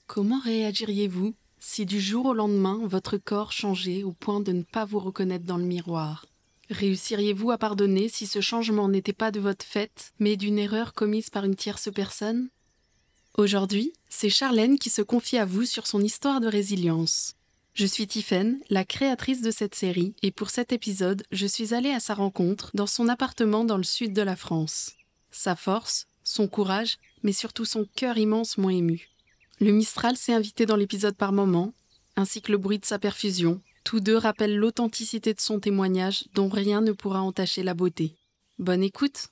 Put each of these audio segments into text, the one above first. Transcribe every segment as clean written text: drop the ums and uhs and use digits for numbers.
Comment réagiriez-vous si du jour au lendemain, votre corps changeait au point de ne pas vous reconnaître dans le miroir? Réussiriez-vous à pardonner si ce changement n'était pas de votre fait, mais d'une erreur commise par une tierce personne? Aujourd'hui, c'est Charlène qui se confie à vous sur son histoire de résilience. Je suis Tiffaine, la créatrice de cette série, et pour cet épisode, je suis allée à sa rencontre dans son appartement dans le sud de la France. Sa force, son courage, mais surtout son cœur immense m'ont émue. Le Mistral s'est invité dans l'épisode par moment, ainsi que le bruit de sa perfusion. Tous deux rappellent l'authenticité de son témoignage dont rien ne pourra entacher la beauté. Bonne écoute!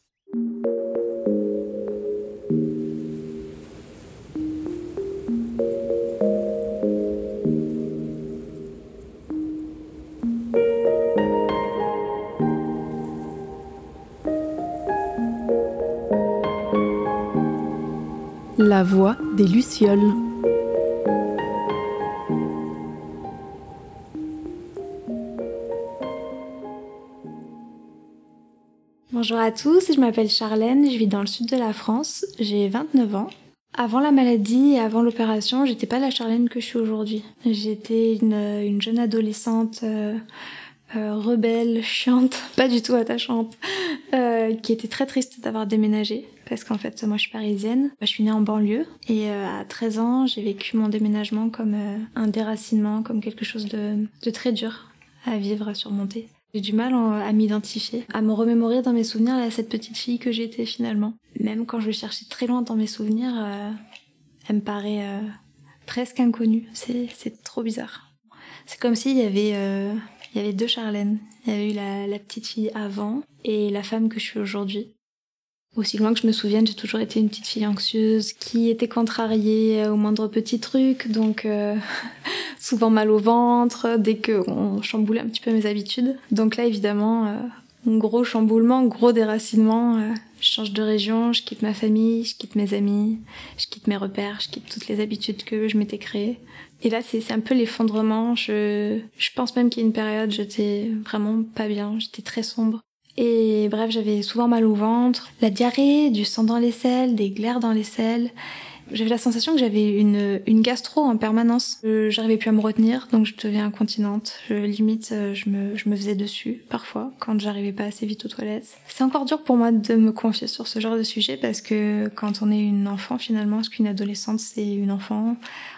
La voix des Lucioles. Bonjour à tous, je m'appelle Charlène, je vis dans le sud de la France, j'ai 29 ans. Avant la maladie et avant l'opération, j'étais pas la Charlène que je suis aujourd'hui. J'étais une jeune adolescente rebelle, chiante, pas du tout attachante, qui était très triste d'avoir déménagé. Parce qu'en fait, moi je suis parisienne, je suis née en banlieue et à 13 ans, j'ai vécu mon déménagement comme un déracinement, comme quelque chose de très dur à vivre, à surmonter. J'ai du mal à m'identifier, à me remémorer dans mes souvenirs à cette petite fille que j'étais finalement. Même quand je cherchais très loin dans mes souvenirs, elle me paraît presque inconnue. C'est trop bizarre. C'est comme s'il y avait deux Charlènes. Il y avait eu la petite fille avant et la femme que je suis aujourd'hui. Aussi loin que je me souvienne, j'ai toujours été une petite fille anxieuse qui était contrariée au moindre petit truc, donc souvent mal au ventre, dès qu'on chamboulait un petit peu mes habitudes. Donc là, évidemment, un gros chamboulement, gros déracinement. Je change de région, je quitte ma famille, je quitte mes amis, je quitte mes repères, je quitte toutes les habitudes que je m'étais créées. Et là, c'est un peu l'effondrement. Je pense même qu'il y a une période, j'étais vraiment pas bien, j'étais très sombre. Et bref, j'avais souvent mal au ventre, la diarrhée, du sang dans les selles, des glaires dans les selles. J'avais la sensation que j'avais une gastro en permanence. J'arrivais plus à me retenir, donc je devenais incontinente. Limite, je me faisais dessus, parfois, quand j'arrivais pas assez vite aux toilettes. C'est encore dur pour moi de me confier sur ce genre de sujet, parce que quand on est une enfant, finalement, parce qu'une adolescente, c'est une enfant,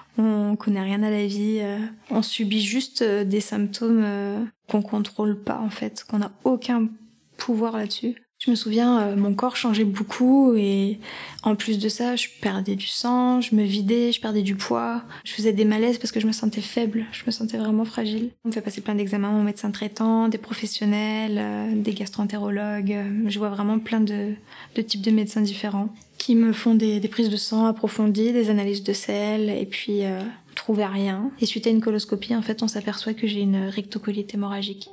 on connaît rien à la vie, on subit juste des symptômes qu'on contrôle pas, en fait, qu'on n'a aucun pouvoir là-dessus. Je me souviens, mon corps changeait beaucoup et en plus de ça, je perdais du sang, je me vidais, je perdais du poids. Je faisais des malaises parce que je me sentais faible, je me sentais vraiment fragile. On me fait passer plein d'examens, mon médecin traitant, des professionnels, des gastro-entérologues. Je vois vraiment plein de types de médecins différents qui me font des prises de sang approfondies, des analyses de sel et puis on trouvait rien. Et suite à une coloscopie, en fait, on s'aperçoit que j'ai une rectocolite hémorragique.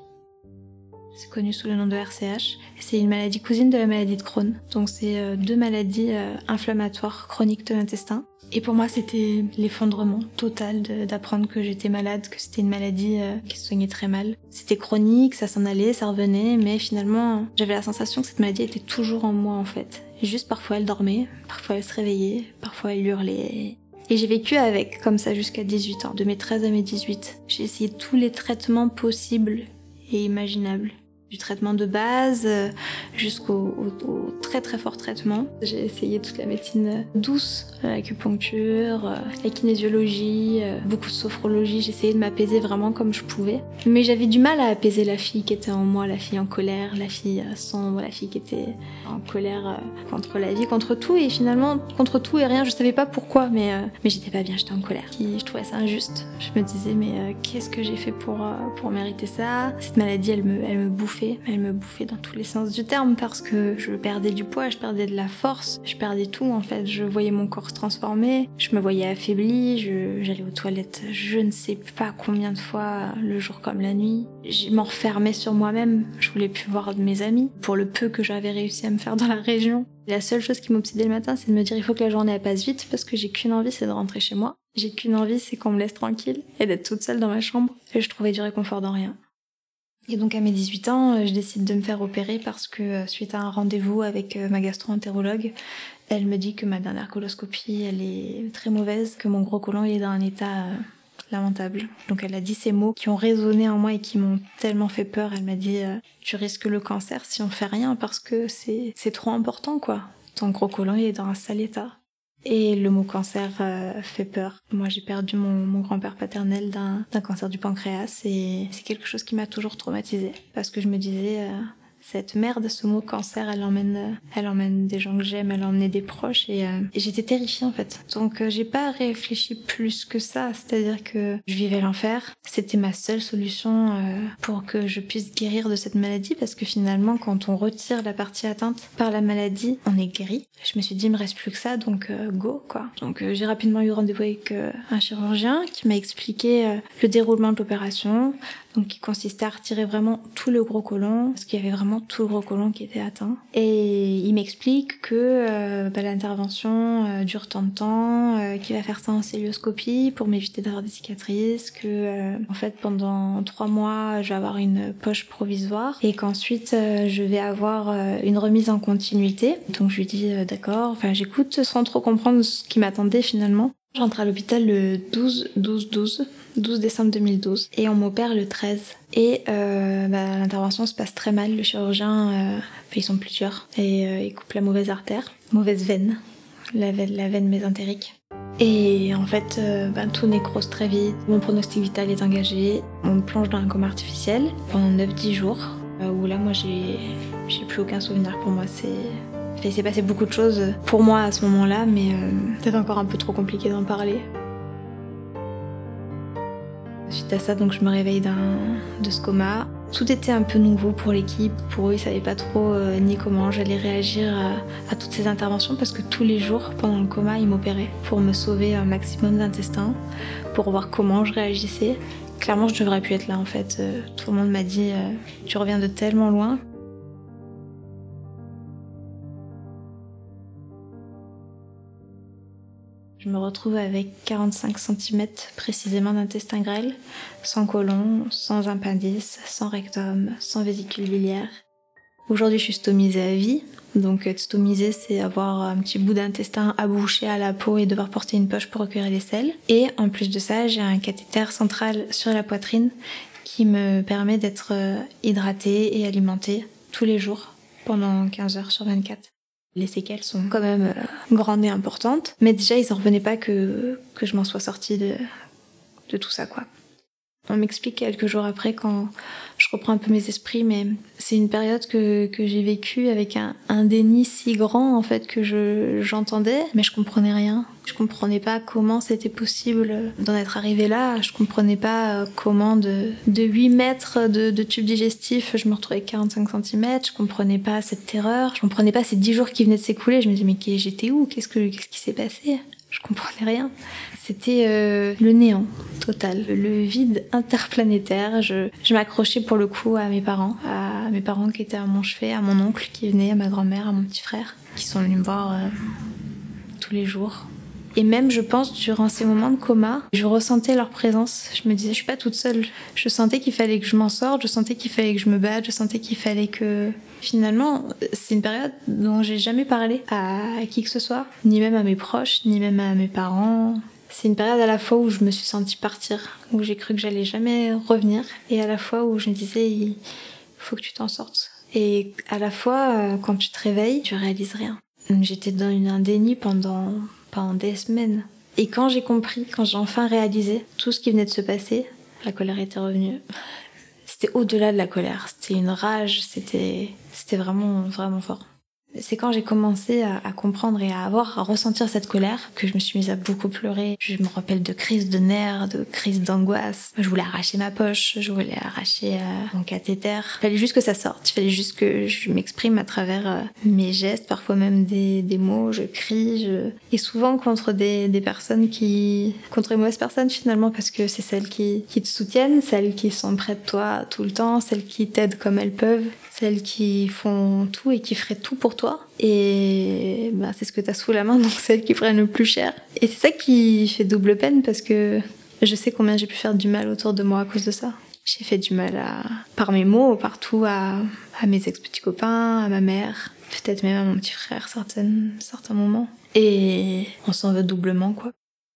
C'est connu sous le nom de RCH. C'est une maladie cousine de la maladie de Crohn. Donc c'est deux maladies inflammatoires chroniques de l'intestin. Et pour moi, c'était l'effondrement total d'apprendre que j'étais malade, que c'était une maladie qui se soignait très mal. C'était chronique, ça s'en allait, ça revenait, mais finalement, j'avais la sensation que cette maladie était toujours en moi en fait. Et juste parfois elle dormait, parfois elle se réveillait, parfois elle hurlait. Et j'ai vécu avec, comme ça, jusqu'à 18 ans, de mes 13 à mes 18. J'ai essayé tous les traitements possibles et imaginables. Du traitement de base jusqu'au très très fort traitement. J'ai essayé toute la médecine douce, l'acupuncture, la kinésiologie, beaucoup de sophrologie. J'ai essayé de m'apaiser vraiment comme je pouvais. Mais j'avais du mal à apaiser la fille qui était en moi, la fille en colère, la fille sombre, la fille qui était en colère contre la vie, contre tout et finalement contre tout et rien. Je savais pas pourquoi, mais j'étais pas bien, j'étais en colère. Et je trouvais ça injuste. Je me disais mais qu'est-ce que j'ai fait pour mériter ça? Cette maladie, elle me bouffait. Elle me bouffait dans tous les sens du terme parce que je perdais du poids, je perdais de la force, je perdais tout en fait. Je voyais mon corps se transformer, je me voyais affaiblie, j'allais aux toilettes je ne sais pas combien de fois, le jour comme la nuit. Je m'enfermais sur moi-même, je voulais plus voir de mes amis, pour le peu que j'avais réussi à me faire dans la région. La seule chose qui m'obsédait le matin, c'est de me dire il faut que la journée elle passe vite parce que j'ai qu'une envie, c'est de rentrer chez moi. J'ai qu'une envie, c'est qu'on me laisse tranquille et d'être toute seule dans ma chambre. Et je trouvais du réconfort dans rien. Et donc à mes 18 ans, je décide de me faire opérer parce que suite à un rendez-vous avec ma gastro-entérologue, Elle me dit que ma dernière coloscopie, elle est très mauvaise, que mon gros côlon il est dans un état lamentable. Donc elle a dit ces mots qui ont résonné en moi et qui m'ont tellement fait peur. Elle m'a dit tu risques le cancer si on fait rien parce que c'est trop important quoi. Ton gros côlon il est dans un sale état. Et le mot cancer fait peur. Moi j'ai perdu mon grand-père paternel d'un cancer du pancréas et c'est quelque chose qui m'a toujours traumatisée parce que je me disais cette merde, ce mot cancer, elle emmène des gens que j'aime, elle emmenait des proches et j'étais terrifiée en fait. Donc j'ai pas réfléchi plus que ça, c'est-à-dire que je vivais l'enfer. C'était ma seule solution pour que je puisse guérir de cette maladie parce que finalement quand on retire la partie atteinte par la maladie, on est guéri. Je me suis dit il me reste plus que ça donc go quoi. Donc j'ai rapidement eu rendez-vous avec un chirurgien qui m'a expliqué le déroulement de l'opération. Donc qui consistait à retirer vraiment tout le gros côlon, parce qu'il y avait vraiment tout le gros côlon qui était atteint. Et il m'explique que l'intervention dure tant de temps, qu'il va faire ça en célioscopie pour m'éviter d'avoir des cicatrices, que en fait pendant 3 mois je vais avoir une poche provisoire et qu'ensuite je vais avoir une remise en continuité. Donc je lui dis d'accord, enfin j'écoute sans trop comprendre ce qui m'attendait finalement. J'entre à l'hôpital le 12 décembre 2012 et on m'opère le 13. Et l'intervention se passe très mal. Le chirurgien, ils sont plusieurs, et il coupe la mauvaise artère, mauvaise veine, la veine mésentérique. Et en fait, tout nécrose très vite. Mon pronostic vital est engagé. On me plonge dans un coma artificiel pendant 9-10 jours, où là, moi, j'ai plus aucun souvenir. Pour moi, il s'est passé beaucoup de choses pour moi à ce moment-là, mais peut-être encore un peu trop compliqué d'en parler. Suite à ça, donc je me réveille de ce coma. Tout était un peu nouveau pour l'équipe. Pour eux, ils savaient pas trop ni comment j'allais réagir à toutes ces interventions parce que tous les jours, pendant le coma, ils m'opéraient pour me sauver un maximum d'intestin, pour voir comment je réagissais. Clairement, je devrais plus être là en fait. Tout le monde m'a dit tu reviens de tellement loin. Je me retrouve avec 45 cm précisément d'intestin grêle, sans côlon, sans appendice, sans rectum, sans vésicule biliaire. Aujourd'hui, je suis stomisée à vie. Donc être stomisée, c'est avoir un petit bout d'intestin abouché à la peau et devoir porter une poche pour recueillir les selles. Et en plus de ça, j'ai un cathéter central sur la poitrine qui me permet d'être hydratée et alimentée tous les jours pendant 15 heures sur 24. Les séquelles sont quand même grandes et importantes. Mais déjà, ils en revenaient pas que je m'en sois sortie de tout ça, quoi. On m'explique quelques jours après quand je reprends un peu mes esprits, mais c'est une période que j'ai vécue avec un déni si grand, en fait, que j'entendais, mais je comprenais rien. Je comprenais pas comment c'était possible d'en être arrivée là. Je comprenais pas comment de 8 mètres de tube digestif, je me retrouvais avec 45 cm. Je comprenais pas cette terreur. Je comprenais pas ces 10 jours qui venaient de s'écouler. Je me disais, mais j'étais où? Qu'est-ce qui s'est passé? Je comprenais rien. C'était le néant total, le vide interplanétaire. Je m'accrochais pour le coup à mes parents qui étaient à mon chevet, à mon oncle qui venait, à ma grand-mère, à mon petit frère, qui sont venus me voir tous les jours. Et même, je pense, durant ces moments de coma, je ressentais leur présence. Je me disais, je suis pas toute seule. Je sentais qu'il fallait que je m'en sorte, je sentais qu'il fallait que je me batte, je sentais qu'il fallait que... Finalement, c'est une période dont j'ai jamais parlé à qui que ce soit, ni même à mes proches, ni même à mes parents. C'est une période à la fois où je me suis sentie partir, où j'ai cru que j'allais jamais revenir, et à la fois où je me disais, il faut que tu t'en sortes. Et à la fois, quand tu te réveilles, tu réalises rien. J'étais dans un déni pendant des semaines. Et quand j'ai compris, quand j'ai enfin réalisé tout ce qui venait de se passer, la colère était revenue. C'était au-delà de la colère, c'était une rage, c'était vraiment, vraiment fort. C'est quand j'ai commencé à comprendre et à ressentir cette colère que je me suis mise à beaucoup pleurer. Je me rappelle de crises de nerfs, de crises d'angoisse. Je voulais arracher ma poche, je voulais arracher mon cathéter. Il fallait juste que ça sorte, il fallait juste que je m'exprime à travers mes gestes, parfois même des mots, je crie. Et souvent contre des personnes contre les mauvaises personnes finalement, parce que c'est celles qui te soutiennent, celles qui sont près de toi tout le temps, celles qui t'aident comme elles peuvent, celles qui font tout et qui feraient tout pour toi. Et c'est ce que t'as sous la main, donc celles qui prennent le plus cher. Et c'est ça qui fait double peine parce que je sais combien j'ai pu faire du mal autour de moi à cause de ça. J'ai fait du mal par mes mots, partout, à mes ex-petits copains, à ma mère, peut-être même à mon petit frère certains moments. Et on s'en veut doublement, quoi.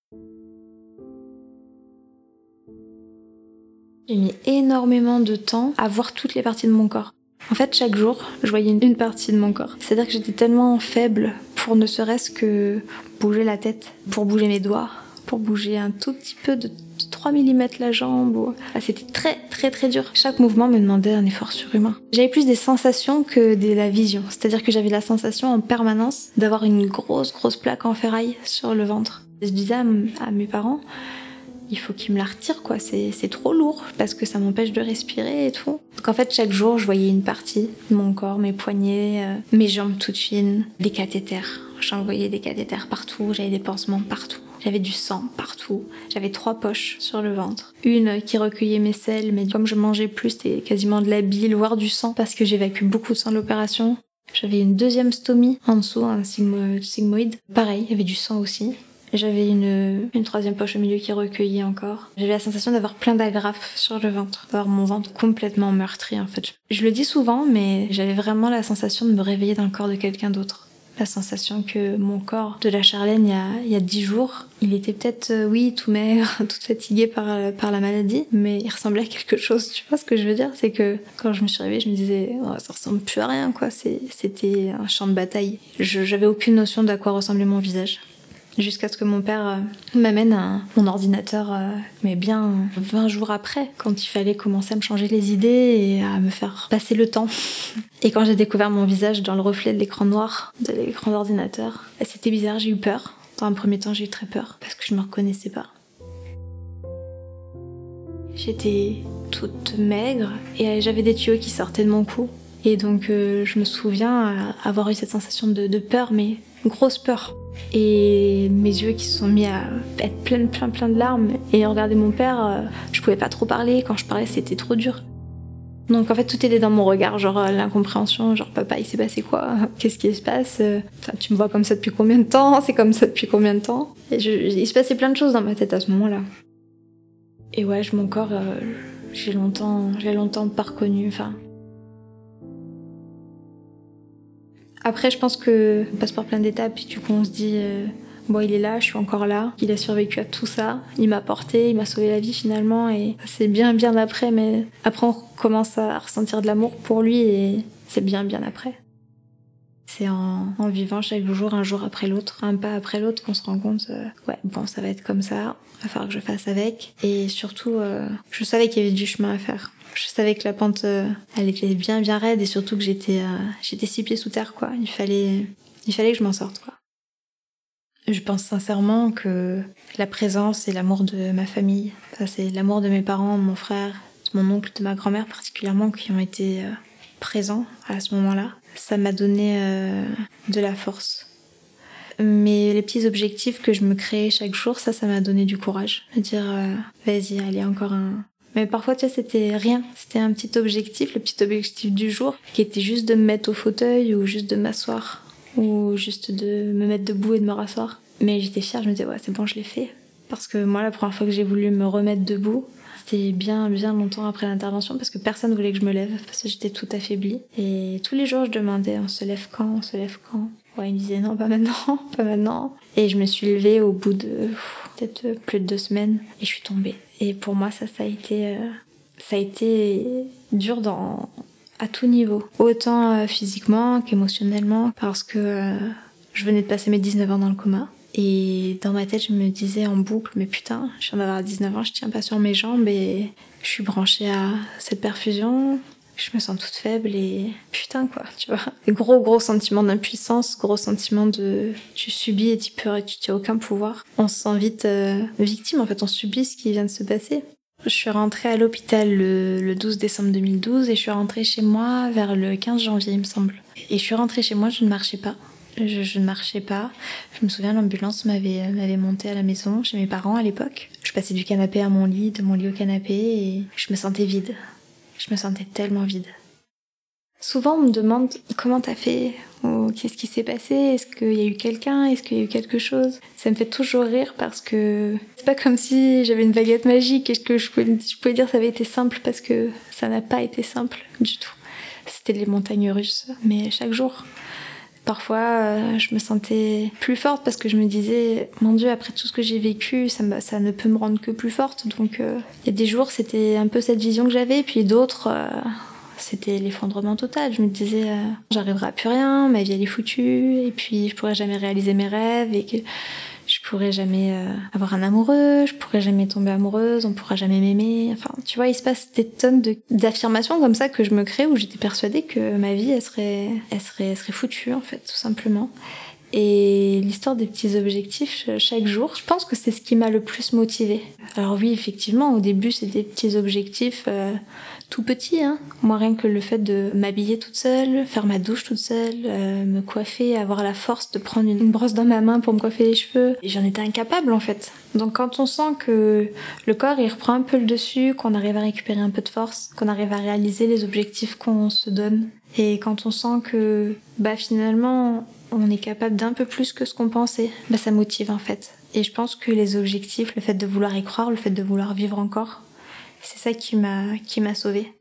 J'ai mis énormément de temps à voir toutes les parties de mon corps. En fait, chaque jour, je voyais une partie de mon corps. C'est-à-dire que j'étais tellement faible pour ne serait-ce que bouger la tête, pour bouger mes doigts, pour bouger un tout petit peu de 3 mm la jambe. C'était très très très dur. Chaque mouvement me demandait un effort surhumain. J'avais plus des sensations que de la vision. C'est-à-dire que j'avais la sensation en permanence d'avoir une grosse plaque en ferraille sur le ventre. Je disais à mes parents, il faut qu'ils me la retirent, quoi. C'est trop lourd parce que ça m'empêche de respirer et tout. Donc en fait, chaque jour, je voyais une partie de mon corps, mes poignets, mes jambes toutes fines, des cathéters. J'envoyais des cathéters partout, j'avais des pansements partout. J'avais du sang partout. J'avais 3 poches sur le ventre. Une qui recueillait mes selles, mais comme je mangeais plus, c'était quasiment de la bile, voire du sang, parce que j'évacue beaucoup de sang de l'opération. J'avais une deuxième stomie en dessous, un sigmoïde. Pareil, il y avait du sang aussi. J'avais une 3e poche au milieu qui recueillait encore. J'avais la sensation d'avoir plein d'agrafes sur le ventre, d'avoir mon ventre complètement meurtri en fait. Je le dis souvent, mais j'avais vraiment la sensation de me réveiller dans le corps de quelqu'un d'autre. La sensation que mon corps de la Charlène, il y a 10 jours, il était peut-être, oui, tout maigre, tout fatigué par la maladie, mais il ressemblait à quelque chose. Tu vois ce que je veux dire? C'est que quand je me suis réveillée, je me disais, oh, ça ressemble plus à rien, quoi. C'était un champ de bataille. J'avais aucune notion d'à quoi ressemblait mon visage. Jusqu'à ce que mon père m'amène mon ordinateur, mais bien 20 jours après, quand il fallait commencer à me changer les idées et à me faire passer le temps. Et quand j'ai découvert mon visage dans le reflet de l'écran noir de l'écran d'ordinateur, c'était bizarre, j'ai eu peur. Dans un premier temps, j'ai eu très peur, parce que je me reconnaissais pas. J'étais toute maigre et j'avais des tuyaux qui sortaient de mon cou. Et donc je me souviens avoir eu cette sensation de peur, mais grosse peur. Et mes yeux qui se sont mis à être plein de larmes. Et regarder mon père, je pouvais pas trop parler. Quand je parlais, c'était trop dur. Donc en fait, tout était dans mon regard, genre l'incompréhension, genre papa, il s'est passé quoi? Qu'est-ce qui se passe? Enfin, tu me vois comme ça depuis combien de temps? C'est comme ça depuis combien de temps? Et il se passait plein de choses dans ma tête à ce moment-là. Et ouais, mon corps, j'ai longtemps pas reconnu. Enfin. Après, je pense que on passe par plein d'étapes, et du coup, on se dit, bon, il est là, je suis encore là. Il a survécu à tout ça. Il m'a porté, il m'a sauvé la vie finalement, et c'est bien après, mais après, on commence à ressentir de l'amour pour lui, et c'est bien après. C'est en vivant chaque jour, un jour après l'autre, un pas après l'autre, qu'on se rend compte, ouais, bon, ça va être comme ça, il va falloir que je fasse avec. Et surtout, je savais qu'il y avait du chemin à faire. Je savais que la pente, elle était bien raide, et surtout que j'étais 6 pieds sous terre, quoi. Il fallait que je m'en sorte, quoi. Je pense sincèrement que la présence et l'amour de ma famille, ça c'est l'amour de mes parents, de mon frère, de mon oncle, de ma grand-mère particulièrement, qui ont été présents à ce moment-là, ça m'a donné de la force. Mais les petits objectifs que je me créais chaque jour, ça m'a donné du courage. Me dire, vas-y, allez, encore un... Mais parfois, tu sais, c'était rien. C'était un petit objectif, le petit objectif du jour, qui était juste de me mettre au fauteuil, ou juste de m'asseoir, ou juste de me mettre debout et de me rasseoir. Mais j'étais fière, je me disais, ouais, c'est bon, je l'ai fait. Parce que moi, la première fois que j'ai voulu me remettre debout, c'était bien longtemps après l'intervention, parce que personne voulait que je me lève, parce que j'étais toute affaiblie. Et tous les jours, je demandais, on se lève quand? Ouais, il me disait, non, pas maintenant. Et je me suis levée au bout de peut-être plus de 2 semaines, et je suis tombée. Et pour moi, ça a été dur à tout niveau. Autant physiquement qu'émotionnellement, parce que je venais de passer mes 19 ans dans le coma. Et dans ma tête, je me disais en boucle, mais putain, je viens d'avoir 19 ans, je tiens pas sur mes jambes et je suis branchée à cette perfusion. Je me sens toute faible et putain, quoi, tu vois. Gros sentiment d'impuissance, gros sentiment de tu subis et tu peux et tu n'as aucun pouvoir. On se sent vite victime, en fait, on subit ce qui vient de se passer. Je suis rentrée à l'hôpital le 12 décembre 2012 et je suis rentrée chez moi vers le 15 janvier, il me semble. Et je suis rentrée chez moi, je ne marchais pas. Je ne marchais pas. Je me souviens, l'ambulance m'avait montée à la maison, chez mes parents à l'époque. Je passais du canapé à mon lit, de mon lit au canapé, et je me sentais vide. Je me sentais tellement vide. Souvent, on me demande comment t'as fait, ou qu'est-ce qui s'est passé, est-ce qu'il y a eu quelqu'un, est-ce qu'il y a eu quelque chose. Ça me fait toujours rire parce que c'est pas comme si j'avais une baguette magique et que je pouvais dire que ça avait été simple, parce que ça n'a pas été simple du tout. c'était les montagnes russes, mais chaque jour. Parfois, je me sentais plus forte parce que je me disais, mon Dieu, après tout ce que j'ai vécu, ça ne peut me rendre que plus forte. Donc, il y a des jours, c'était un peu cette vision que j'avais, puis d'autres, c'était l'effondrement total. Je me disais, j'arriverai à plus rien, ma vie elle est foutue, et puis je pourrais jamais réaliser mes rêves, et que je pourrais jamais avoir un amoureux, je pourrais jamais tomber amoureuse, on pourra jamais m'aimer. Enfin, tu vois, il se passe des tonnes d'affirmations comme ça que je me crée où j'étais persuadée que ma vie, elle serait foutue, en fait, tout simplement. Et l'histoire des petits objectifs chaque jour, je pense que c'est ce qui m'a le plus motivée. Alors oui, effectivement, au début, c'est des petits objectifs tout petits. Hein. Moi, rien que le fait de m'habiller toute seule, faire ma douche toute seule, me coiffer, avoir la force de prendre une brosse dans ma main pour me coiffer les cheveux, j'en étais incapable en fait. Donc quand on sent que le corps il reprend un peu le dessus, qu'on arrive à récupérer un peu de force, qu'on arrive à réaliser les objectifs qu'on se donne, et quand on sent que finalement on est capable d'un peu plus que ce qu'on pensait, ça motive en fait. Et je pense que les objectifs, le fait de vouloir y croire, le fait de vouloir vivre encore, c'est ça qui m'a sauvée.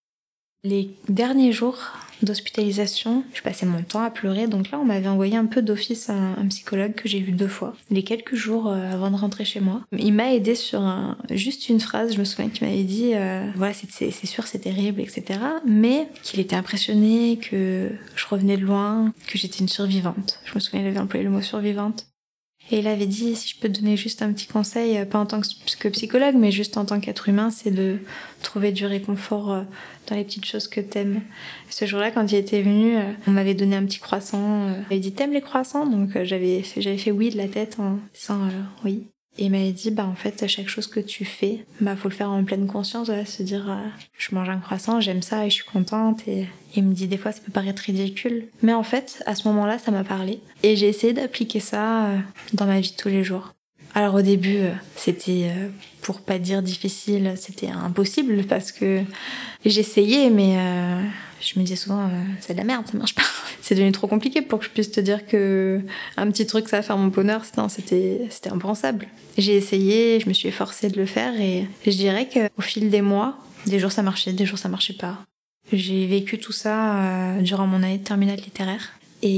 Les derniers jours d'hospitalisation, je passais mon temps à pleurer, donc là on m'avait envoyé un peu d'office à un psychologue que j'ai vu 2 fois, les quelques jours avant de rentrer chez moi. Il m'a aidé sur juste une phrase, je me souviens qu'il m'avait dit voilà c'est sûr c'est terrible etc. Mais qu'il était impressionné, que je revenais de loin, que j'étais une survivante. Je me souviens il avait employé le mot survivante. Et il avait dit, si je peux te donner juste un petit conseil, pas en tant que psychologue, mais juste en tant qu'être humain, c'est de trouver du réconfort dans les petites choses que t'aimes. Ce jour-là, quand il était venu, on m'avait donné un petit croissant. Il m'avait dit, t'aimes les croissants? Donc j'avais fait oui de la tête en disant oui. Et il m'avait dit, en fait, chaque chose que tu fais, faut le faire en pleine conscience, se dire, je mange un croissant, j'aime ça et je suis contente. Et il me dit, des fois, ça peut paraître ridicule. Mais en fait, à ce moment-là, ça m'a parlé. Et j'ai essayé d'appliquer ça dans ma vie de tous les jours. Alors au début, c'était, pour pas dire difficile, c'était impossible parce que j'essayais, mais je me disais souvent, c'est de la merde, ça marche pas. C'est devenu trop compliqué pour que je puisse te dire que un petit truc ça va faire mon bonheur. Non, c'était impensable. J'ai essayé, je me suis efforcée de le faire et je dirais qu'au fil des mois, des jours ça marchait, des jours ça marchait pas. J'ai vécu tout ça durant mon année de terminale littéraire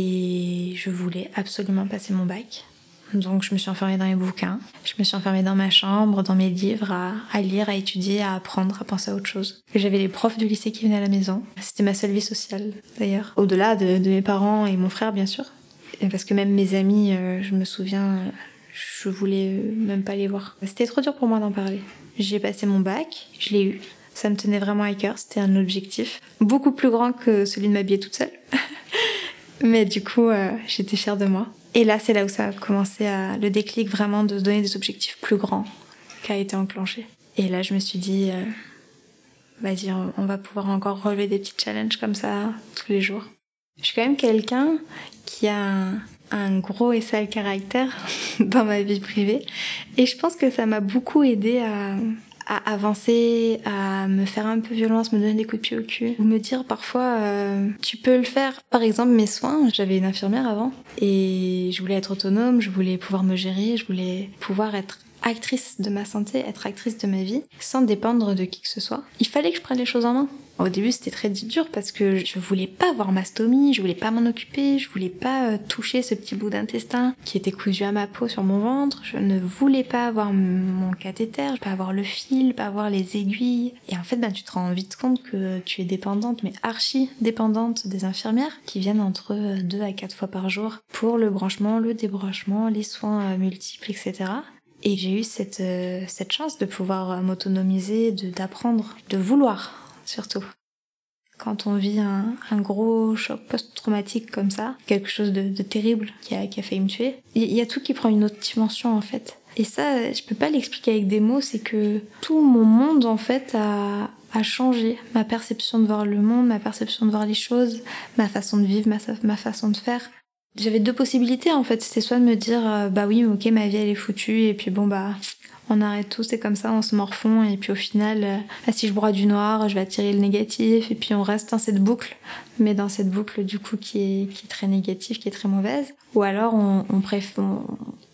et je voulais absolument passer mon bac. Donc je me suis enfermée dans les bouquins, je me suis enfermée dans ma chambre, dans mes livres, à lire, à étudier, à apprendre, à penser à autre chose. J'avais les profs du lycée qui venaient à la maison. C'était ma seule vie sociale d'ailleurs. Au-delà de mes parents et mon frère bien sûr. Et parce que même mes amis, je me souviens, je voulais même pas les voir. C'était trop dur pour moi d'en parler. J'ai passé mon bac, je l'ai eu. Ça me tenait vraiment à cœur, c'était un objectif beaucoup plus grand que celui de m'habiller toute seule. Mais du coup, j'étais fière de moi. Et là, c'est là où ça a commencé le déclic vraiment de se donner des objectifs plus grands qui a été enclenché. Et là, je me suis dit, vas-y, on va pouvoir encore relever des petits challenges comme ça tous les jours. Je suis quand même quelqu'un qui a un gros et sale caractère dans ma vie privée. Et je pense que ça m'a beaucoup aidée à avancer, à me faire un peu violence, me donner des coups de pied au cul, ou me dire parfois tu peux le faire. Par exemple mes soins, j'avais une infirmière avant et je voulais être autonome, je voulais pouvoir me gérer, je voulais pouvoir être actrice de ma santé, être actrice de ma vie, sans dépendre de qui que ce soit. Il fallait que je prenne les choses en main. Au début, c'était très dur parce que je voulais pas voir ma stomie, je voulais pas m'en occuper, je voulais pas toucher ce petit bout d'intestin qui était cousu à ma peau sur mon ventre, je ne voulais pas avoir mon cathéter, pas avoir le fil, pas avoir les aiguilles. Et en fait, tu te rends vite compte que tu es dépendante, mais archi dépendante des infirmières qui viennent entre 2 à 4 fois par jour pour le branchement, le débranchement, les soins multiples, etc. Et j'ai eu cette chance de pouvoir m'autonomiser, d'apprendre, de vouloir surtout. Quand on vit un gros choc post-traumatique comme ça, quelque chose de terrible qui a failli me tuer, il y a tout qui prend une autre dimension en fait. Et ça, je peux pas l'expliquer avec des mots, c'est que tout mon monde en fait a changé. Ma perception de voir le monde, ma perception de voir les choses, ma façon de vivre, ma façon de faire. J'avais 2 possibilités en fait, c'était soit de me dire oui ok ma vie elle est foutue et puis on arrête tout, c'est comme ça, on se morfond et puis au final si je broie du noir je vais attirer le négatif et puis on reste dans cette boucle, mais dans cette boucle du coup qui est très négative, qui est très mauvaise. Ou alors on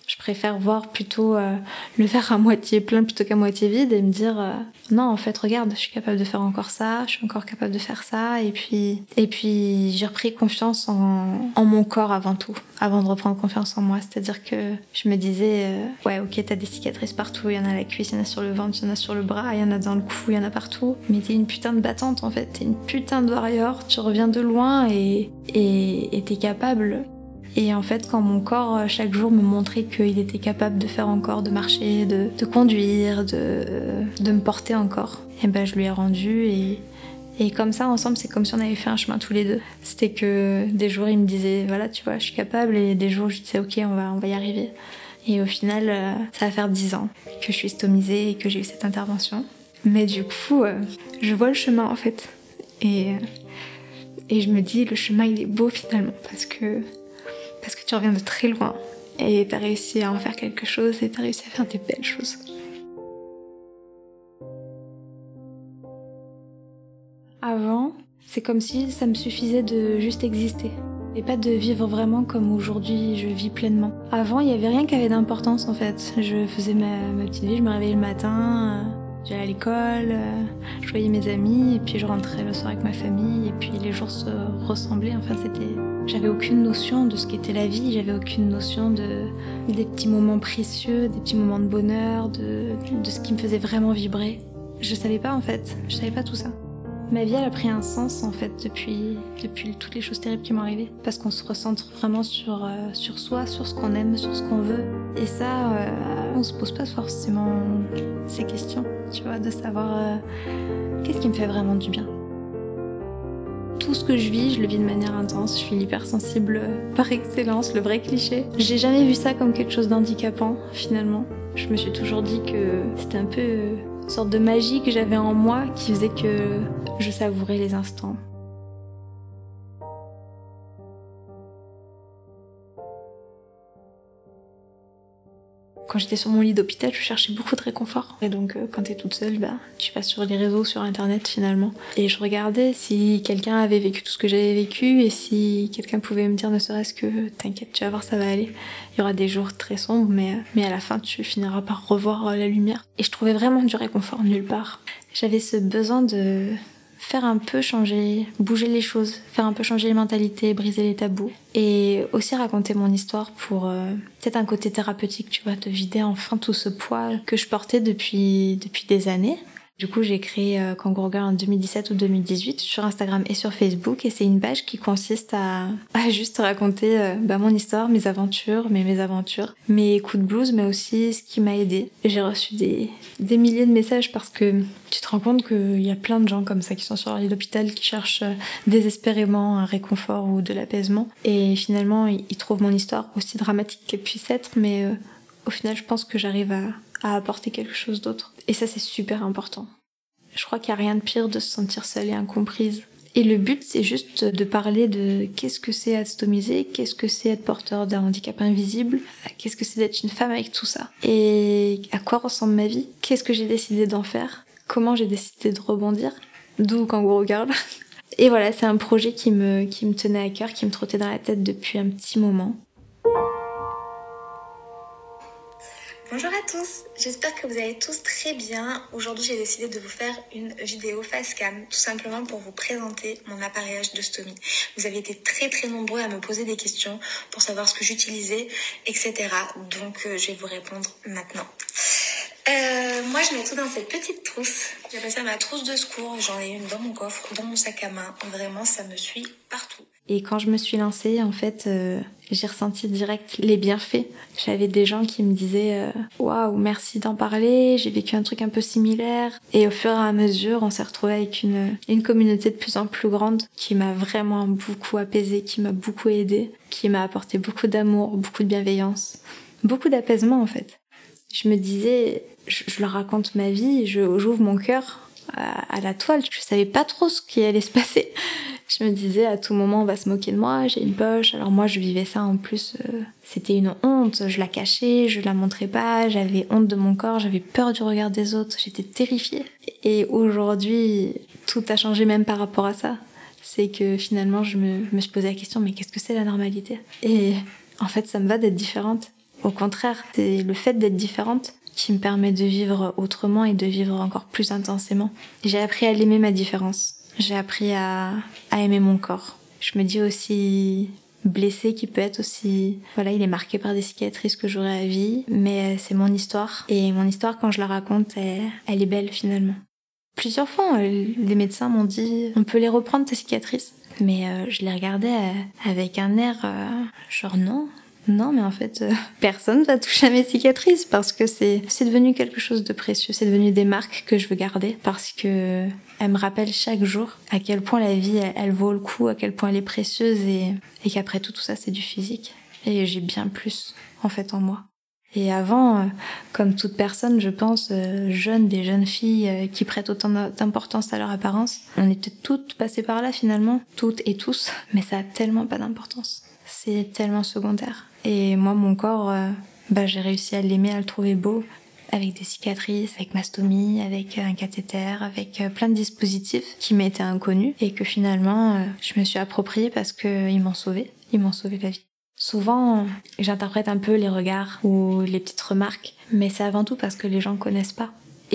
Je préfère voir plutôt le verre à moitié plein plutôt qu'à moitié vide et me dire non, en fait, regarde, je suis capable de faire encore ça, je suis encore capable de faire ça. Et puis j'ai repris confiance en mon corps avant tout, avant de reprendre confiance en moi. C'est-à-dire que je me disais, ouais, ok, t'as des cicatrices partout, il y en a à la cuisse, il y en a sur le ventre, il y en a sur le bras, il y en a dans le cou, il y en a partout. Mais t'es une putain de battante, en fait, t'es une putain de warrior, tu reviens de loin et t'es capable. Et en fait, quand mon corps, chaque jour, me montrait qu'il était capable de faire encore, de marcher, de conduire, de me porter encore, et ben je lui ai rendu. Et comme ça, ensemble, c'est comme si on avait fait un chemin tous les deux. C'était que des jours, il me disait, voilà, tu vois, je suis capable. Et des jours, je disais, ok, on va y arriver. Et au final, ça va faire 10 ans que je suis stomisée et que j'ai eu cette intervention. Mais du coup, je vois le chemin, en fait. Et je me dis, le chemin, il est beau, finalement, parce que tu reviens de très loin et t'as réussi à en faire quelque chose et t'as réussi à faire des belles choses. Avant, c'est comme si ça me suffisait de juste exister et pas de vivre vraiment comme aujourd'hui je vis pleinement. Avant, il y avait rien qui avait d'importance en fait. Je faisais ma petite vie, je me réveillais le matin, j'allais à l'école, je voyais mes amis et puis je rentrais le soir avec ma famille et puis les jours se ressemblaient. Enfin, j'avais aucune notion de ce qu'était la vie, j'avais aucune notion des petits moments précieux, des petits moments de bonheur, de ce qui me faisait vraiment vibrer. Je savais pas en fait, je savais pas tout ça. Ma vie elle a pris un sens en fait depuis toutes les choses terribles qui m'ont arrivé, parce qu'on se recentre vraiment sur soi, sur ce qu'on aime, sur ce qu'on veut. Et ça, on se pose pas forcément ces questions, tu vois, de savoir qu'est-ce qui me fait vraiment du bien. Tout ce que je vis de manière intense. Je suis hypersensible par excellence, le vrai cliché. J'ai jamais vu ça comme quelque chose d'handicapant, finalement. Je me suis toujours dit que c'était un peu une sorte de magie que j'avais en moi qui faisait que je savourais les instants. Quand j'étais sur mon lit d'hôpital, je cherchais beaucoup de réconfort. Et donc, quand t'es toute seule, tu vas sur les réseaux, sur Internet finalement. Et je regardais si quelqu'un avait vécu tout ce que j'avais vécu et si quelqu'un pouvait me dire ne serait-ce que t'inquiète, tu vas voir, ça va aller. Il y aura des jours très sombres, mais à la fin, tu finiras par revoir la lumière. Et je trouvais vraiment du réconfort nulle part. J'avais ce besoin de faire un peu changer, bouger les choses, faire un peu changer les mentalités, briser les tabous. Et aussi raconter mon histoire pour peut-être un côté thérapeutique, tu vois, de vider enfin tout ce poids que je portais depuis des années. Du coup, j'ai créé Kangourou Girl en 2017 ou 2018 sur Instagram et sur Facebook, et c'est une page qui consiste à juste raconter mon histoire, mes aventures, mes mésaventures, mes coups de blues, mais aussi ce qui m'a aidée. J'ai reçu des milliers de messages parce que tu te rends compte qu'il y a plein de gens comme ça qui sont sur leur lit d'hôpital, qui cherchent désespérément un réconfort ou de l'apaisement, et finalement ils trouvent mon histoire, aussi dramatique qu'elle puisse être, mais au final je pense que j'arrive à apporter quelque chose d'autre. Et ça, c'est super important. Je crois qu'il n'y a rien de pire de se sentir seule et incomprise. Et le but, c'est juste de parler de qu'est-ce que c'est être stomisé, qu'est-ce que c'est être porteur d'un handicap invisible, qu'est-ce que c'est d'être une femme avec tout ça, et à quoi ressemble ma vie, qu'est-ce que j'ai décidé d'en faire, comment j'ai décidé de rebondir, d'où Kangourou Girl. Et voilà, c'est un projet qui me tenait à cœur, qui me trottait dans la tête depuis un petit moment. Bonjour à tous, j'espère que vous allez tous très bien. Aujourd'hui, j'ai décidé de vous faire une vidéo face cam, tout simplement pour vous présenter mon appareillage de stomie. Vous avez été très très nombreux à me poser des questions pour savoir ce que j'utilisais, etc. Donc, je vais vous répondre maintenant. Moi, je mets tout dans cette petite trousse. J'appelle ça ma trousse de secours. J'en ai une dans mon coffre, dans mon sac à main. Vraiment, ça me suit partout. Et quand je me suis lancée, en fait, j'ai ressenti direct les bienfaits. J'avais des gens qui me disaient « Waouh, merci d'en parler, j'ai vécu un truc un peu similaire ». Et au fur et à mesure, on s'est retrouvés avec une communauté de plus en plus grande qui m'a vraiment beaucoup apaisée, qui m'a beaucoup aidée, qui m'a apporté beaucoup d'amour, beaucoup de bienveillance, beaucoup d'apaisement en fait. Je me disais, je leur raconte ma vie, j'ouvre mon cœur à la toile. Je savais pas trop ce qui allait se passer. Je me disais, à tout moment, on va se moquer de moi, j'ai une poche. Alors moi, je vivais ça en plus. C'était une honte, je la cachais, je la montrais pas, j'avais honte de mon corps, j'avais peur du regard des autres, j'étais terrifiée. Et aujourd'hui, tout a changé même par rapport à ça. C'est que finalement, je me suis posé la question, mais qu'est-ce que c'est la normalité ? Et en fait, ça me va d'être différente. Au contraire, c'est le fait d'être différente qui me permet de vivre autrement et de vivre encore plus intensément. J'ai appris à l'aimer ma différence. J'ai appris à aimer mon corps. Je me dis aussi blessé qui peut être aussi... Voilà, il est marqué par des cicatrices que j'aurai à vie, mais c'est mon histoire. Et mon histoire, quand je la raconte, elle est belle finalement. Plusieurs fois, les médecins m'ont dit « On peut les reprendre, tes cicatrices ?» Mais je les regardais avec un air genre non. Non, mais en fait, personne va toucher à mes cicatrices parce que c'est devenu quelque chose de précieux. C'est devenu des marques que je veux garder parce que elles me rappellent chaque jour à quel point la vie, elle vaut le coup, à quel point elle est précieuse et qu'après tout ça, c'est du physique. Et j'ai bien plus, en fait, en moi. Et avant, comme toute personne, je pense, jeune, des jeunes filles qui prêtent autant d'importance à leur apparence, on était toutes passées par là finalement, toutes et tous, mais ça a tellement pas d'importance. C'est tellement secondaire. Et moi, mon corps, j'ai réussi à l'aimer, à le trouver beau, avec des cicatrices, avec ma stomie, avec un cathéter, avec plein de dispositifs qui m'étaient inconnus et que finalement, je me suis appropriée parce qu'ils m'ont sauvée. Ils m'ont sauvé la vie. Souvent, j'interprète un peu les regards ou les petites remarques, mais c'est avant tout parce que les gens connaissent pas.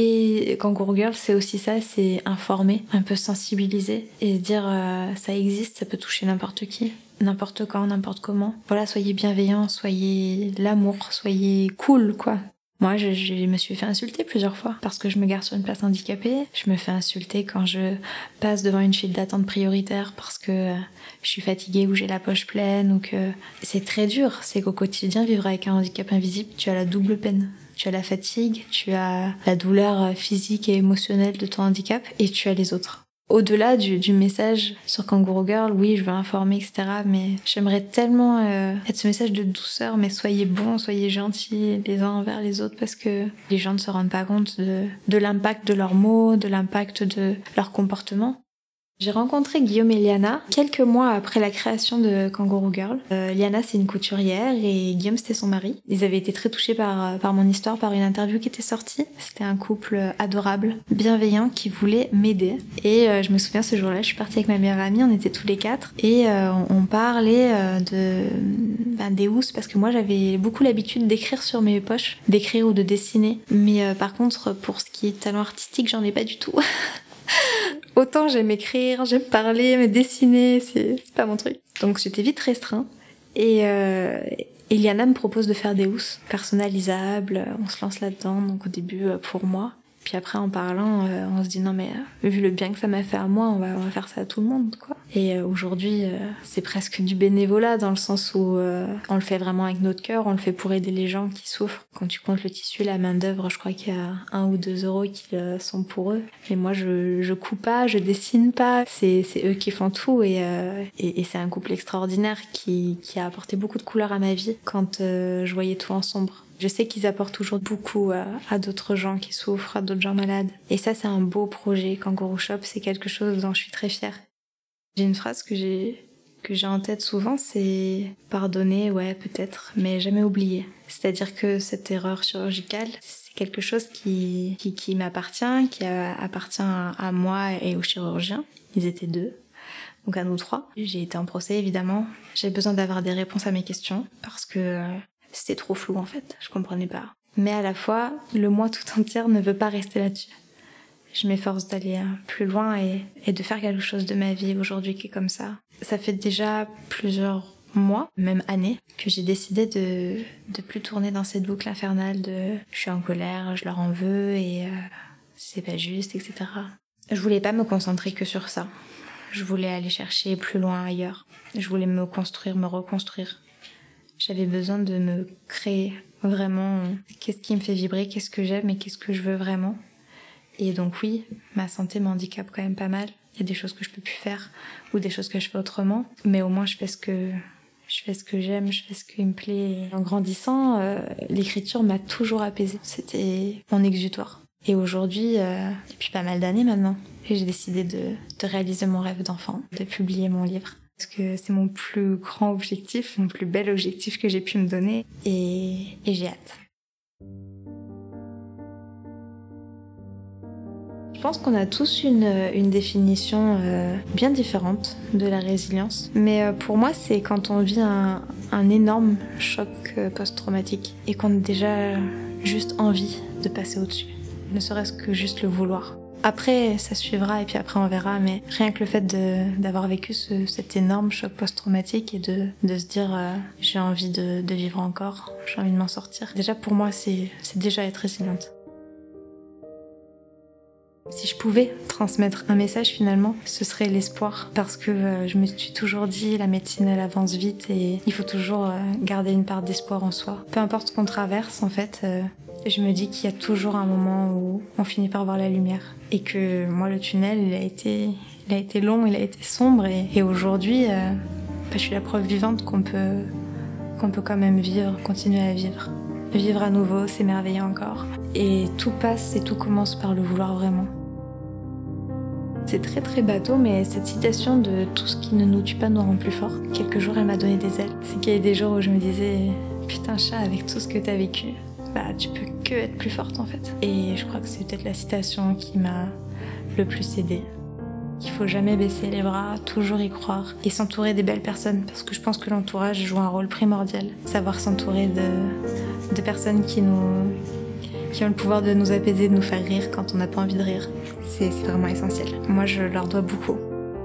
Et Kangourou Girl, c'est aussi ça, c'est informer, un peu sensibiliser et se dire ça existe, ça peut toucher n'importe qui, n'importe quand, n'importe comment. Voilà, soyez bienveillants, soyez l'amour, soyez cool, quoi. Moi, je me suis fait insulter plusieurs fois parce que je me gare sur une place handicapée. Je me fais insulter quand je passe devant une file d'attente prioritaire parce que je suis fatiguée ou j'ai la poche pleine ou que... C'est très dur. C'est qu'au quotidien, vivre avec un handicap invisible, tu as la double peine. Tu as la fatigue, tu as la douleur physique et émotionnelle de ton handicap et tu as les autres. Au-delà du message sur Kangourou Girl, oui, je veux informer, etc. Mais j'aimerais tellement être ce message de douceur, mais soyez bons, soyez gentils les uns envers les autres parce que les gens ne se rendent pas compte de l'impact de leurs mots, de l'impact de leur comportement. J'ai rencontré Guillaume et Liana quelques mois après la création de Kangourou Girl. Liana, c'est une couturière et Guillaume, c'était son mari. Ils avaient été très touchés par mon histoire, par une interview qui était sortie. C'était un couple adorable, bienveillant, qui voulait m'aider. Et je me souviens ce jour-là, je suis partie avec ma meilleure amie, on était tous les quatre. Et on parlait des housses, parce que moi j'avais beaucoup l'habitude d'écrire sur mes poches, d'écrire ou de dessiner. Mais par contre, pour ce qui est talent artistique, j'en ai pas du tout. Autant j'aime écrire, j'aime parler, mais dessiner, c'est pas mon truc. Donc j'étais vite restreint. Et Eliana me propose de faire des housses personnalisables. On se lance là-dedans, donc au début pour moi. Puis après en parlant, on se dit non mais vu le bien que ça m'a fait à moi, on va faire ça à tout le monde, quoi. Et aujourd'hui, c'est presque du bénévolat dans le sens où on le fait vraiment avec notre cœur, on le fait pour aider les gens qui souffrent. Quand tu comptes le tissu, la main d'œuvre, je crois qu'il y a 1 ou 2 euros qui sont pour eux. Mais moi, je couds pas, je dessine pas. C'est eux qui font tout et c'est un couple extraordinaire qui a apporté beaucoup de couleurs à ma vie quand je voyais tout en sombre. Je sais qu'ils apportent toujours beaucoup à d'autres gens qui souffrent, à d'autres gens malades. Et ça, c'est un beau projet. Kangourou Shop, c'est quelque chose dont je suis très fière. J'ai une phrase que j'ai en tête souvent, c'est « pardonner, ouais, peut-être, mais jamais oublier ». C'est-à-dire que cette erreur chirurgicale, c'est quelque chose qui m'appartient, qui appartient à moi et au chirurgien. Ils étaient 2. Donc à nous 3. J'ai été en procès, évidemment. J'ai besoin d'avoir des réponses à mes questions parce que... c'était trop flou en fait, je comprenais pas. Mais à la fois, le moi tout entier ne veut pas rester là-dessus. Je m'efforce d'aller plus loin et de faire quelque chose de ma vie aujourd'hui qui est comme ça. Ça fait déjà plusieurs mois, même années, que j'ai décidé de plus tourner dans cette boucle infernale de je suis en colère, je leur en veux et c'est pas juste, etc. Je voulais pas me concentrer que sur ça. Je voulais aller chercher plus loin ailleurs. Je voulais me construire, me reconstruire. J'avais besoin de me créer vraiment qu'est-ce qui me fait vibrer, qu'est-ce que j'aime et qu'est-ce que je veux vraiment. Et donc oui, ma santé m'handicape quand même pas mal. Il y a des choses que je peux plus faire ou des choses que je fais autrement, mais au moins je fais ce que j'aime, je fais ce qui me plaît. En grandissant, l'écriture m'a toujours apaisée. C'était mon exutoire. Et aujourd'hui, depuis pas mal d'années maintenant, j'ai décidé de réaliser mon rêve d'enfant, de publier mon livre. Parce que c'est mon plus grand objectif, mon plus bel objectif que j'ai pu me donner et j'ai hâte. Je pense qu'on a tous une définition bien différente de la résilience. Mais pour moi, c'est quand on vit un énorme choc post-traumatique et qu'on a déjà juste envie de passer au-dessus, ne serait-ce que juste le vouloir. Après, ça suivra et puis après on verra, mais rien que le fait d'avoir vécu cet énorme choc post-traumatique et de se dire j'ai envie de vivre encore, j'ai envie de m'en sortir. Déjà pour moi, c'est déjà être résiliente. Si je pouvais transmettre un message finalement, ce serait l'espoir. Parce que je me suis toujours dit, la médecine elle avance vite et il faut toujours garder une part d'espoir en soi. Peu importe ce qu'on traverse en fait, je me dis qu'il y a toujours un moment où on finit par voir la lumière. Et que moi le tunnel il a été long, il a été sombre et aujourd'hui je suis la preuve vivante qu'on peut quand même vivre, continuer à vivre. Vivre à nouveau, s'émerveiller encore. Et tout passe et tout commence par le vouloir vraiment. C'est très très bateau, mais cette citation de « tout ce qui ne nous tue pas nous rend plus forts », quelques jours elle m'a donné des ailes. C'est qu'il y a des jours où je me disais « putain chat, avec tout ce que t'as vécu, tu peux que être plus forte en fait ». Et je crois que c'est peut-être la citation qui m'a le plus aidée. Il faut jamais baisser les bras, toujours y croire et s'entourer des belles personnes parce que je pense que l'entourage joue un rôle primordial. Savoir s'entourer de personnes qui ont le pouvoir de nous apaiser, de nous faire rire quand on n'a pas envie de rire. C'est vraiment essentiel. Moi, je leur dois beaucoup.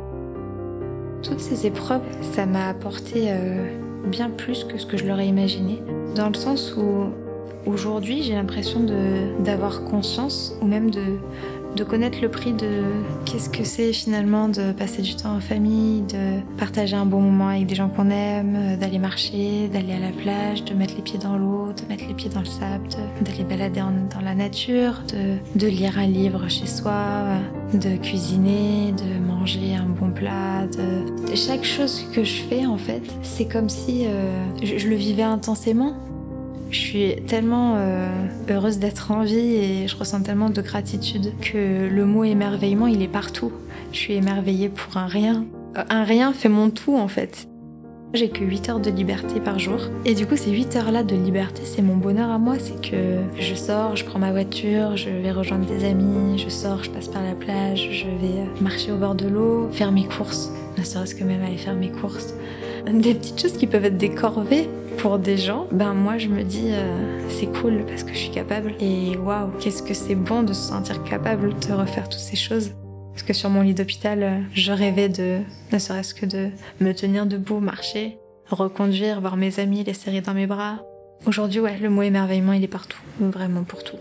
Toutes ces épreuves, ça m'a apporté bien plus que ce que je leur ai imaginé. Dans le sens où aujourd'hui, j'ai l'impression d'avoir conscience ou même de connaître le prix de qu'est-ce que c'est finalement de passer du temps en famille, de partager un bon moment avec des gens qu'on aime, d'aller marcher, d'aller à la plage, de mettre les pieds dans l'eau, de mettre les pieds dans le sable, d'aller balader dans la nature, de lire un livre chez soi, de cuisiner, de manger un bon plat. Chaque chose que je fais en fait, c'est comme si je le vivais intensément. Je suis tellement heureuse d'être en vie et je ressens tellement de gratitude que le mot émerveillement, il est partout. Je suis émerveillée pour un rien. Un rien fait mon tout en fait. J'ai que 8 heures de liberté par jour. Et du coup, ces 8 heures-là de liberté, c'est mon bonheur à moi. C'est que je sors, je prends ma voiture, je vais rejoindre des amis, je sors, je passe par la plage, je vais marcher au bord de l'eau, faire mes courses. Ne serait-ce que même aller faire mes courses. Des petites choses qui peuvent être des corvées pour des gens, moi je me dis c'est cool parce que je suis capable et waouh, qu'est-ce que c'est bon de se sentir capable de refaire toutes ces choses. Parce que sur mon lit d'hôpital, je rêvais ne serait-ce que de me tenir debout, marcher, reconduire, voir mes amis, les serrer dans mes bras. Aujourd'hui, le mot émerveillement, il est partout, vraiment pour tout.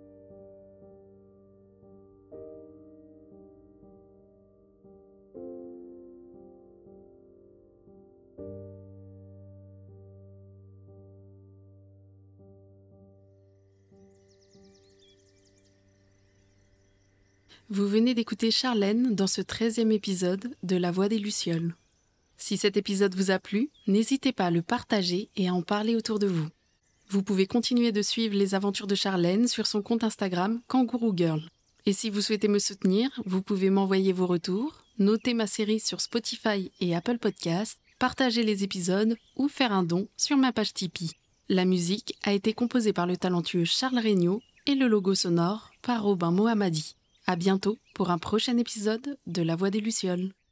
Vous venez d'écouter Charlène dans ce 13e épisode de La Voix des Lucioles. Si cet épisode vous a plu, n'hésitez pas à le partager et à en parler autour de vous. Vous pouvez continuer de suivre les aventures de Charlène sur son compte Instagram Kangourou Girl. Et si vous souhaitez me soutenir, vous pouvez m'envoyer vos retours, noter ma série sur Spotify et Apple Podcasts, partager les épisodes ou faire un don sur ma page Tipeee. La musique a été composée par le talentueux Charles Regnault et le logo sonore par Robin Mohammadi. À bientôt pour un prochain épisode de La Voix des Lucioles.